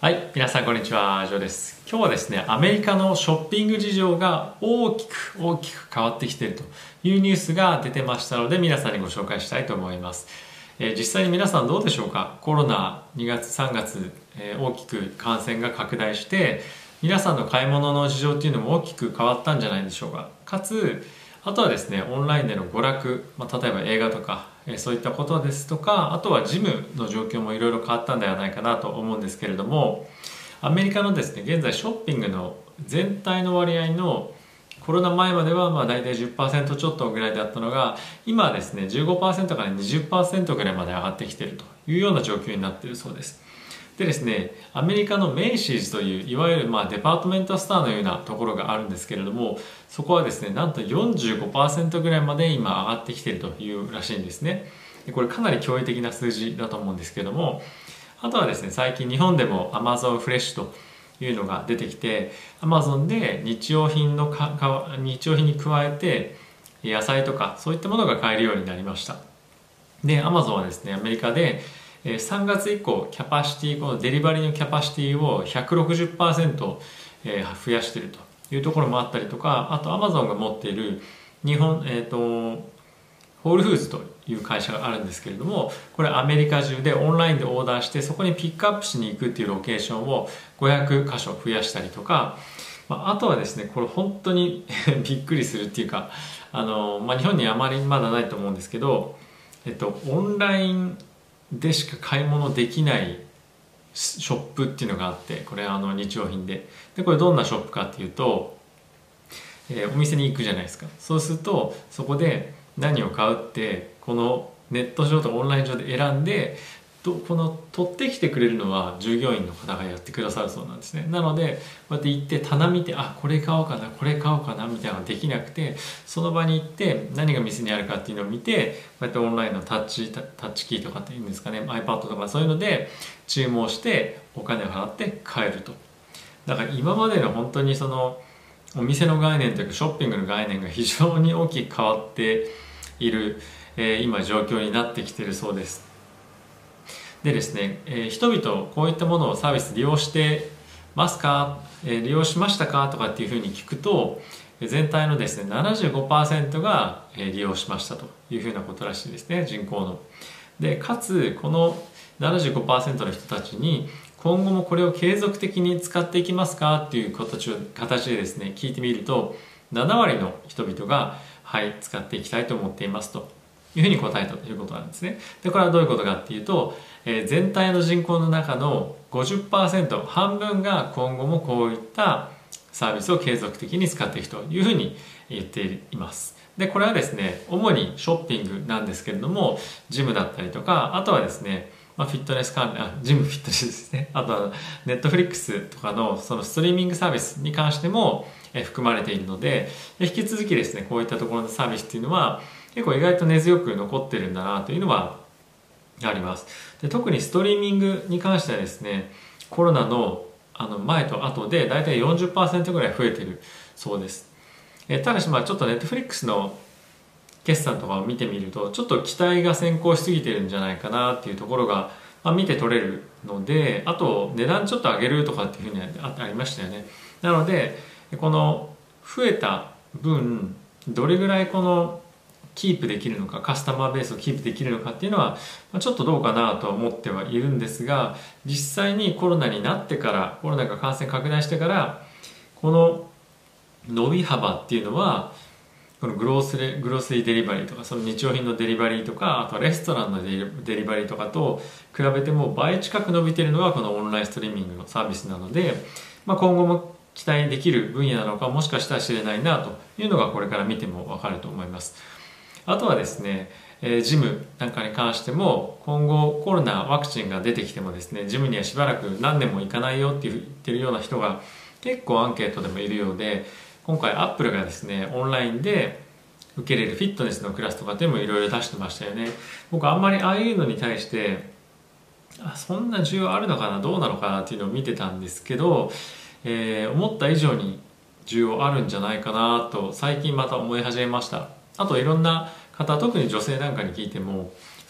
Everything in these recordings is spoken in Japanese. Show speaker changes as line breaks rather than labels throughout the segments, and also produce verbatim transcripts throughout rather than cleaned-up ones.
はい、皆さんこんにちは、ジョーです。今日はですね、アメリカのショッピング事情が大きく大きく変わってきているというニュースが出てましたので、皆さんにご紹介したいと思います。えー、実際に皆さんどうでしょうか？コロナにがつさんがつ、えー、大きく感染が拡大して、皆さんの買い物の事情っていうのも大きく変わったんじゃないでしょうか。かつ、あとはですね、オンラインでの娯楽、まあ、例えば映画とか、えー、そういったことですとか、あとはジムの状況もいろいろ変わったんではないかなと思うんですけれども、アメリカのですね、現在ショッピングの全体の割合のコロナ前まではまあ大体 じゅっパーセント ちょっとぐらいだったのが、今はですね じゅうごパーセント から にじゅっパーセント ぐらいまで上がってきているというような状況になっているそうです。でですね、アメリカのメイシーズといういわゆるまあデパートメントストアのようなところがあるんですけれども、そこはですねなんと よんじゅうごパーセント ぐらいまで今上がってきているというらしいんですね。でこれかなり驚異的な数字だと思うんですけれども、あとはですね、最近日本でも Amazon フレッシュというのが出てきて、 Amazon で日用品のかか日用品に加えて野菜とかそういったものが買えるようになりました。で Amazon はですね、アメリカでさんがつ以降キャパシティこのデリバリーのキャパシティを ひゃくろくじゅっパーセント 増やしているというところもあったりとか、あと Amazon が持っている日本、えーと、ホールフーズという会社があるんですけれども、これアメリカ中でオンラインでオーダーしてそこにピックアップしに行くっていうロケーションをごひゃくかしょ増やしたりとか、あとはですね、これ本当にびっくりするっていうか、あの、まあ、日本にあまりまだないと思うんですけど、えっと、オンラインでしか買い物できないショップっていうのがあって、これあの日用品ででこれどんなショップかっていうと、えー、お店に行くじゃないですか。そうするとそこで何を買うってこのネット上とかオンライン上で選んで、とこの取ってきてくれるのは従業員の方がやってくださるそうなんですね。なのでこうやって行って棚見て、あこれ買おうかなこれ買おうかなみたいなのができなくて、その場に行って何が店にあるかっていうのを見て、こうやってオンラインのタッチタッチキーとかっていうんですかね、 iPad とかそういうので注文してお金を払って買えると。だから今までの本当にそのお店の概念というかショッピングの概念が非常に大きく変わっている、えー、今状況になってきているそうです。でですね、えー、人々こういったものをサービス利用してますか、えー、利用しましたかとかっていうふうに聞くと、全体のですね ななじゅうごパーセント が利用しましたというふうなことらしいですね、人口の。でかつこの ななじゅうごパーセント の人たちに今後もこれを継続的に使っていきますかっていう形を形でですね聞いてみると、ななわりの人々がはい使っていきたいと思っていますというふうに答えたということなんですね。でこれはどういうことかっていうと、えー、全体の人口の中の ごじゅっパーセント 半分が今後もこういったサービスを継続的に使っていくというふうに言っています。でこれはですね主にショッピングなんですけれども、ジムだったりとか、あとはですね、まあ、フィットネス関連、あジムフィットネスですね、あとはネットフリックスとかのそのストリーミングサービスに関しても含まれているので、引き続きですねこういったところのサービスっていうのは結構意外と根強く残ってるんだなというのはあります。で特にストリーミングに関してはですね、コロナのあの前と後でだいたい よんじゅっパーセント ぐらい増えてるそうです。えただしまあちょっとネットフリックスの決算とかを見てみるとちょっと期待が先行しすぎてるんじゃないかなっていうところが、まあ、見て取れるので、あと値段ちょっと上げるとかっていうふうにありましたよね。なのでこの増えた分どれぐらいこのキープできるのか、カスタマーベースをキープできるのかっていうのはちょっとどうかなとは思ってはいるんですが、実際にコロナになってからコロナが感染拡大してからこの伸び幅っていうのはこのグロースレグロスリーデリバリーとかその日用品のデリバリーとか、あとはレストランのデリバリーとかと比べても倍近く伸びているのがこのオンラインストリーミングのサービスなので、まあ、今後も期待できる分野なのかもしかしたら知れないなというのがこれから見ても分かると思います。あとはですね、えー、ジムなんかに関しても今後コロナワクチンが出てきてもですね、ジムにはしばらく何年も行かないよって言ってるような人が結構アンケートでもいるようで、今回アップルがですねオンラインで受けれるフィットネスのクラスとかでもいろいろ出してましたよね。僕あんまりああいうのに対してあそんな需要あるのかなどうなのかなっていうのを見てたんですけど、えー、思った以上に需要あるんじゃないかなと最近また思い始めました。あといろんな方、特に女性なんかに聞いても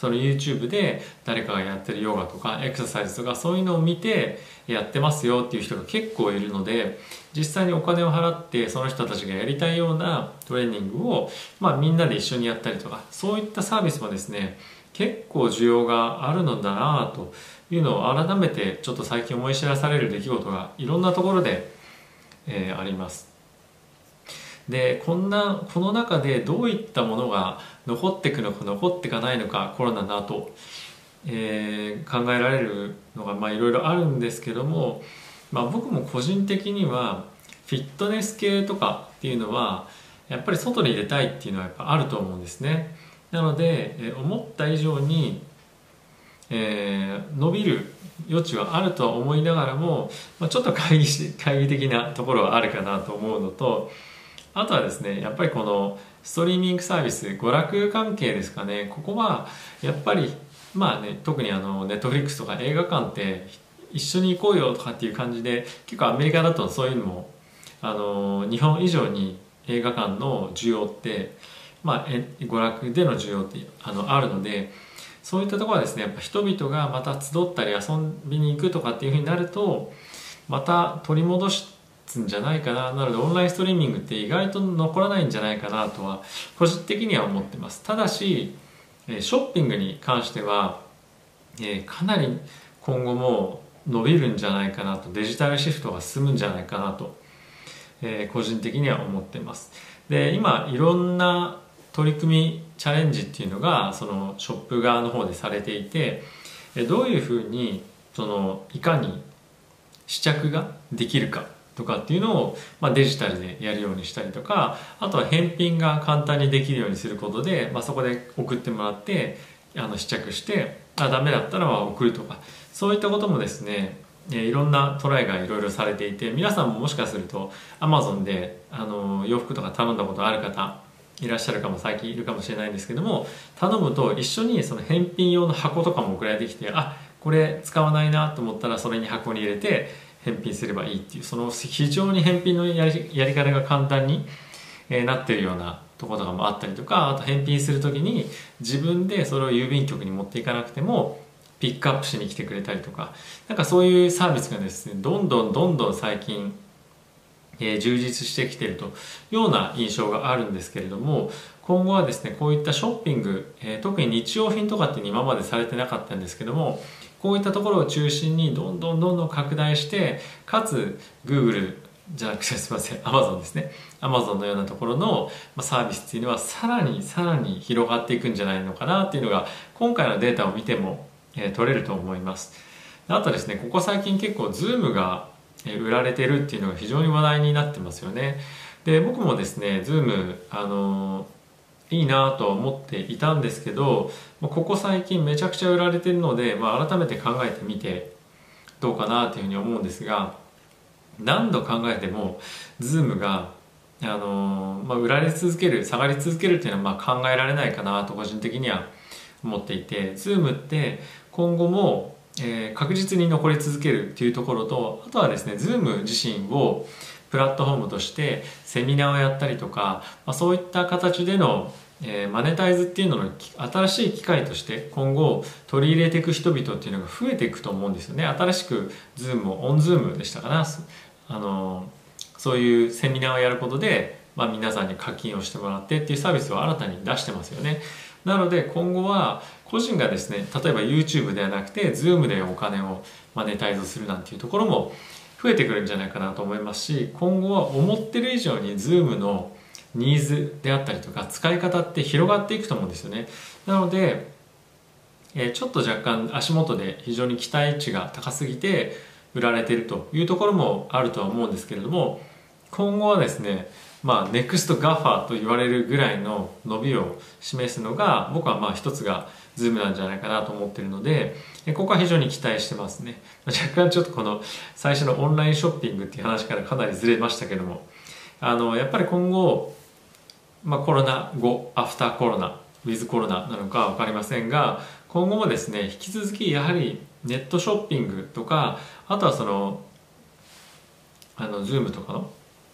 その YouTube で誰かがやってるヨガとかエクササイズとかそういうのを見てやってますよっていう人が結構いるので、実際にお金を払ってその人たちがやりたいようなトレーニングを、まあ、みんなで一緒にやったりとか、そういったサービスもですね結構需要があるのだなというのを改めてちょっと最近思い知らされる出来事がいろんなところで、えー、あります。でこんなこの中でどういったものが残っていくのか残っていかないのか、コロナの後、えー、考えられるのがまあいろいろあるんですけども、まあ、僕も個人的にはフィットネス系とかっていうのはやっぱり外に出たいっていうのはやっぱあると思うんですね。なので、えー、思った以上に、えー、伸びる余地はあるとは思いながらも、まあ、ちょっと懐疑し懐疑的なところはあるかなと思うのと、あとはですねやっぱりこのストリーミングサービス、娯楽関係ですかね、ここはやっぱりまあね、特にあのネットフリックスとか映画館って一緒に行こうよとかっていう感じで、結構アメリカだとそういうのもあの日本以上に映画館の需要って、まあ、娯楽での需要ってあのあるので、そういったところはですねやっぱ人々がまた集ったり遊びに行くとかっていうふうになるとまた取り戻すんじゃないかな。なのでオンラインストリーミングって意外と残らないんじゃないかなとは個人的には思ってます。ただしショッピングに関してはかなり今後も伸びるんじゃないかなと、デジタルシフトが進むんじゃないかなと個人的には思っています。で今いろんな取り組みチャレンジっていうのがそのショップ側の方でされていて、どういうふうにそのいかに試着ができるかとかっていうのを、まあ、デジタルでやるようにしたりとか、あとは返品が簡単にできるようにすることで、まあ、そこで送ってもらってあの試着してあダメだったらまあ送るとか、そういったこともですねいろんなトライがいろいろされていて、皆さんももしかすると Amazon であの洋服とか頼んだことある方いらっしゃるかも、最近いるかもしれないんですけども、頼むと一緒にその返品用の箱とかも送られてきて、あこれ使わないなと思ったらそれに箱に入れて返品すればいいっていう、その非常に返品のやり、やり方が簡単に、えー、なっているようなところとかもあったりとか、あと返品する時に自分でそれを郵便局に持っていかなくてもピックアップしに来てくれたりとか、なんかそういうサービスがですねどんどんどんどん最近えー、充実してきているというような印象があるんですけれども、今後はですねこういったショッピング、えー、特に日用品とかって今までされてなかったんですけども、こういったところを中心にどんどんどんどん拡大して、かつ Google じゃなくてすみません Amazon ですね Amazon のようなところのサービスっていうのはさらにさらに広がっていくんじゃないのかなっていうのが今回のデータを見ても、えー、取れると思います。あとですねここ最近結構 Zoom が売られてるっていうのが非常に話題になってますよね。で僕もですね Zoom あのいいなと思っていたんですけど、ここ最近めちゃくちゃ売られてるので、まあ、改めて考えてみてどうかなというふうに思うんですが、何度考えても Zoom があの、まあ、売られ続ける下がり続けるっていうのはまあ考えられないかなと個人的には思っていて、 Zoom って今後もえー、確実に残り続けるっていうところと、あとはですね Zoom 自身をプラットフォームとしてセミナーをやったりとか、まあ、そういった形での、えー、マネタイズっていうのの新しい機会として今後取り入れていく人々っていうのが増えていくと思うんですよね。新しく Zoom をオン Zoom でしたかな、あのそういうセミナーをやることで、まあ、皆さんに課金をしてもらってっていうサービスを新たに出してますよね。なので今後は個人がですね例えば YouTube ではなくて Zoom でお金をマネタイズするなんていうところも増えてくるんじゃないかなと思いますし、今後は思ってる以上に Zoom のニーズであったりとか使い方って広がっていくと思うんですよね。なので、えー、ちょっと若干足元で非常に期待値が高すぎて売られているというところもあるとは思うんですけれども、今後はですねまあ、ネクストガファーと言われるぐらいの伸びを示すのが僕はまあ一つが Zoom なんじゃないかなと思っているので、ここは非常に期待してますね。若干ちょっとこの最初のオンラインショッピングっていう話からかなりずれましたけども、あのやっぱり今後、まあ、コロナ後アフターコロナウィズコロナなのか分かりませんが、今後もですね引き続きやはりネットショッピングとか、あとはそのあの Zoom とかの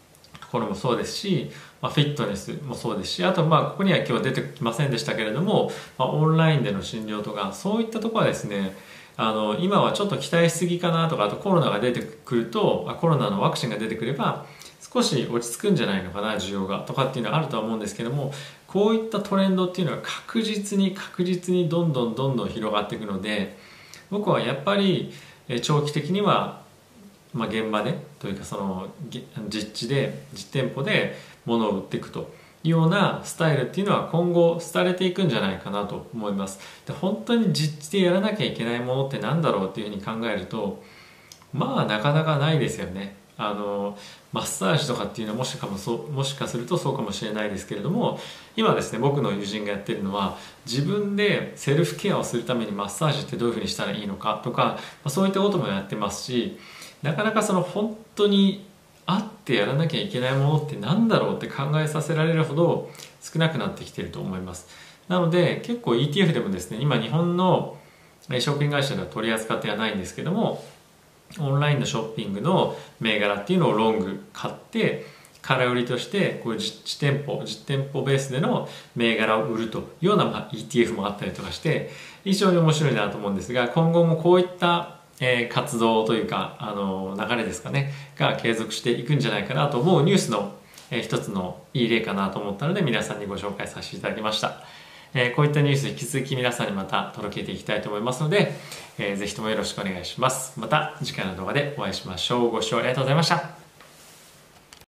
ところもそうですし、まあ、フィットネスもそうですし、あとまあここには今日出てきませんでしたけれども、まあ、オンラインでの診療とかそういったところはですね、あの今はちょっと期待しすぎかなとか、あとコロナが出てくるとあコロナのワクチンが出てくれば少し落ち着くんじゃないのかな、需要がとかっていうのはあるとは思うんですけども、こういったトレンドっていうのは確実に確実にどんどんどんどん広がっていくので、僕はやっぱり長期的には、まあ、現場でというかその実地で実店舗で物を売っていくというようなスタイルっていうのは今後廃れていくんじゃないかなと思います。で本当に実地でやらなきゃいけないものって何だろうっていうふうに考えると、まあなかなかないですよね。あのマッサージとかっていうのはもしかもそうもしかするとそうかもしれないですけれども、今ですね僕の友人がやってるのは自分でセルフケアをするためにマッサージってどういうふうにしたらいいのかとか、そういったこともやってますし、なかなかその本当にあってやらなきゃいけないものって何だろうって考えさせられるほど少なくなってきていると思います。なので結構 イーティーエフ でもですね、今日本の証券会社では取り扱ってはないんですけども、オンラインのショッピングの銘柄っていうのをロング買って空売りとしてこういう実店舗実店舗ベースでの銘柄を売るというような、まあ、イーティーエフ もあったりとかして非常に面白いなと思うんですが、今後もこういったえー、活動というかあの流れですかねが継続していくんじゃないかなと思うニュースの、えー、一つのいい例かなと思ったので皆さんにご紹介させていただきました。えー、こういったニュース引き続き皆さんにまた届けていきたいと思いますので、えー、ぜひともよろしくお願いします。また次回の動画でお会いしましょう。ご視聴ありがとうございました。